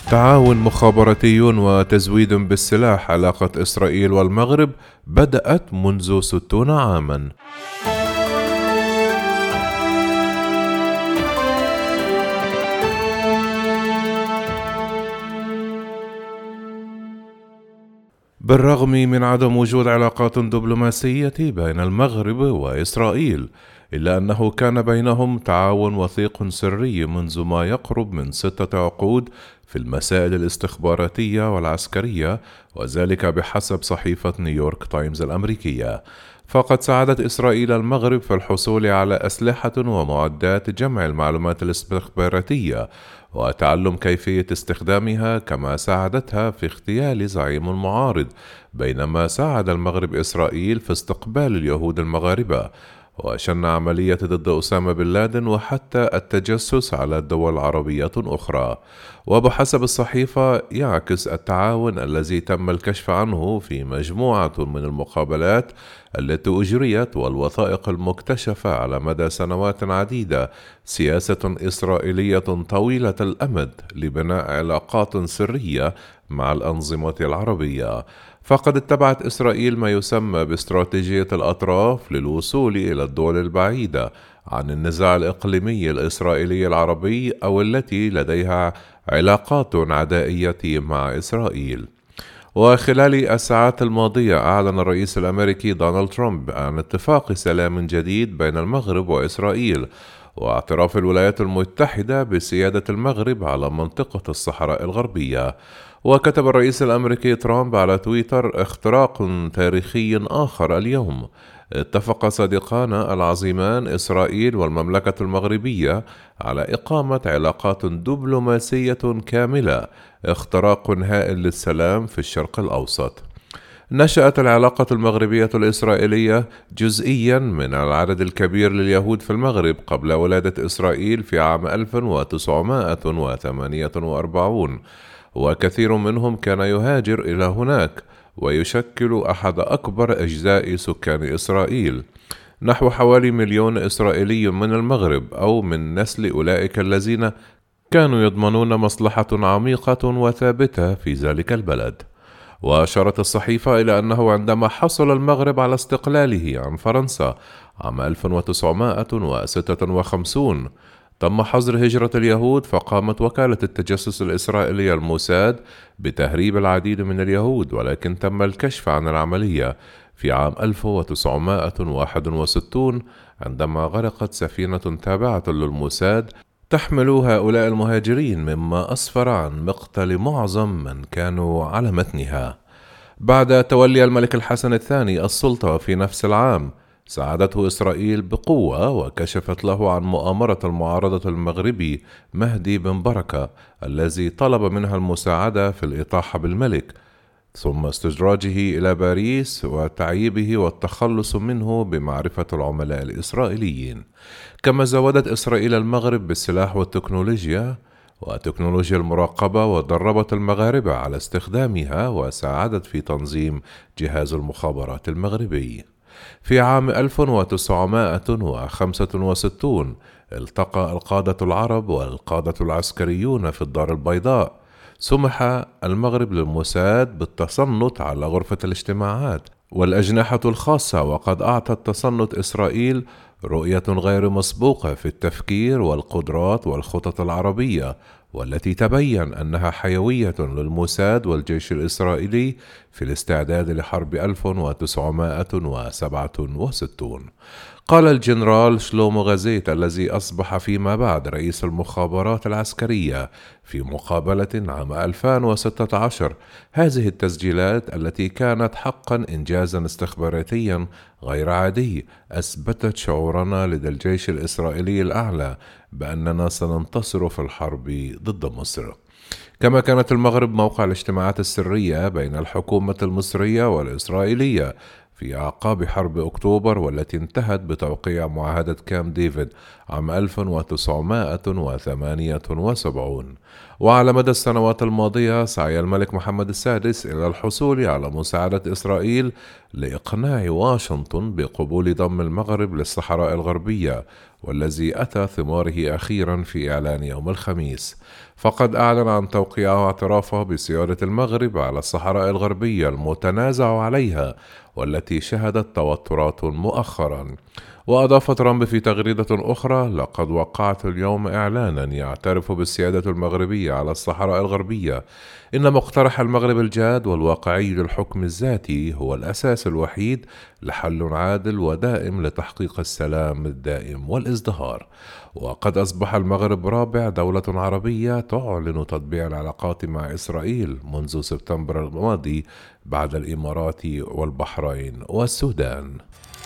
تعاون مخابراتي وتزويد بالسلاح. علاقة إسرائيل والمغرب بدأت منذ 60 عاماً. بالرغم من عدم وجود علاقات دبلوماسية بين المغرب وإسرائيل، إلا أنه كان بينهم تعاون وثيق سري منذ ما يقرب من 6 عقود في المسائل الاستخباراتية والعسكرية، وذلك بحسب صحيفة نيويورك تايمز الأمريكية. فقد ساعدت إسرائيل المغرب في الحصول على أسلحة ومعدات جمع المعلومات الاستخباراتية وتعلم كيفية استخدامها، كما ساعدتها في اغتيال زعيم معارض، بينما ساعد المغرب إسرائيل في استقبال اليهود المغاربة وشن عملية ضد أسامة بن لادن وحتى التجسس على دول عربية أخرى. وبحسب الصحيفة يعكس التعاون الذي تم الكشف عنه في مجموعة من المقابلات التي أجريت والوثائق المكتشفة على مدى سنوات عديدة سياسة إسرائيلية طويلة الأمد لبناء علاقات سرية مع الأنظمة العربية. فقد اتبعت إسرائيل ما يسمى باستراتيجية الأطراف للوصول إلى الدول البعيدة عن النزاع الإقليمي الإسرائيلي العربي أو التي لديها علاقات عدائية مع إسرائيل. وخلال الساعات الماضية أعلن الرئيس الأمريكي دونالد ترامب عن اتفاق سلام جديد بين المغرب وإسرائيل، واعتراف الولايات المتحدة بسيادة المغرب على منطقة الصحراء الغربية. وكتب الرئيس الأمريكي ترامب على تويتر: اختراق تاريخي آخر اليوم، اتفق صديقانا العظيمان إسرائيل والمملكة المغربية على إقامة علاقات دبلوماسية كاملة، اختراق هائل للسلام في الشرق الأوسط. نشأت العلاقة المغربية الإسرائيلية جزئيا من العدد الكبير لليهود في المغرب قبل ولادة إسرائيل في عام 1948، وكثير منهم كان يهاجر إلى هناك ويشكل أحد أكبر أجزاء سكان إسرائيل. نحو حوالي 1,000,000 إسرائيلي من المغرب أو من نسل أولئك الذين كانوا يضمنون مصلحة عميقة وثابتة في ذلك البلد. وأشارت الصحيفة إلى أنه عندما حصل المغرب على استقلاله عن فرنسا عام 1956 تم حظر هجرة اليهود، فقامت وكالة التجسس الإسرائيلية الموساد بتهريب العديد من اليهود، ولكن تم الكشف عن العملية في عام 1961 عندما غرقت سفينة تابعة للموساد تحمل هؤلاء المهاجرين، مما أسفر عن مقتل معظم من كانوا على متنها. بعد تولي الملك الحسن الثاني السلطة في نفس العام، ساعدته إسرائيل بقوة وكشفت له عن مؤامرة المعارضة المغربي مهدي بن بركة الذي طلب منها المساعدة في الإطاحة بالملك، ثم استدراجه إلى باريس وتعييبه والتخلص منه بمعرفة العملاء الإسرائيليين. كما زودت إسرائيل المغرب بالسلاح والتكنولوجيا وتكنولوجيا المراقبة، ودربت المغاربة على استخدامها، وساعدت في تنظيم جهاز المخابرات المغربي. في عام 1965 التقى القادة العرب والقادة العسكريون في الدار البيضاء. سمح المغرب للموساد بالتصنت على غرفة الاجتماعات والأجنحة الخاصة، وقد أعطت تصنت إسرائيل رؤية غير مسبوقة في التفكير والقدرات والخطط العربية، والتي تبين أنها حيوية للموساد والجيش الإسرائيلي في الاستعداد لحرب 1967. قال الجنرال شلومو غازيت الذي أصبح فيما بعد رئيس المخابرات العسكرية في مقابلة عام 2016: هذه التسجيلات التي كانت حقا إنجازا استخباراتيا غير عادي أثبتت شعورنا لدى الجيش الإسرائيلي الأعلى بأننا سننتصر في الحرب ضد مصر. كما كانت المغرب موقع الاجتماعات السرية بين الحكومة المصرية والإسرائيلية في أعقاب حرب أكتوبر، والتي انتهت بتوقيع معاهدة كامب ديفيد عام 1978. وعلى مدى السنوات الماضية سعى الملك محمد السادس إلى الحصول على مساعدة إسرائيل لإقناع واشنطن بقبول ضم المغرب للصحراء الغربية، والذي أتى ثماره أخيرا في إعلان يوم الخميس. فقد أعلن عن توقيعه اعترافه بسيادة المغرب على الصحراء الغربية المتنازع عليها، والتي شهدت توترات مؤخرا. وأضاف ترامب في تغريدة أخرى: لقد وقعت اليوم إعلانا يعترف بالسيادة المغربية على الصحراء الغربية. إن مقترح المغرب الجاد والواقعي للحكم الذاتي هو الأساس الوحيد لحل عادل ودائم لتحقيق السلام الدائم والازدهار. وقد أصبح المغرب رابع دولة عربية تعلن تطبيع العلاقات مع إسرائيل منذ سبتمبر الماضي، بعد الإمارات والبحرين والسودان.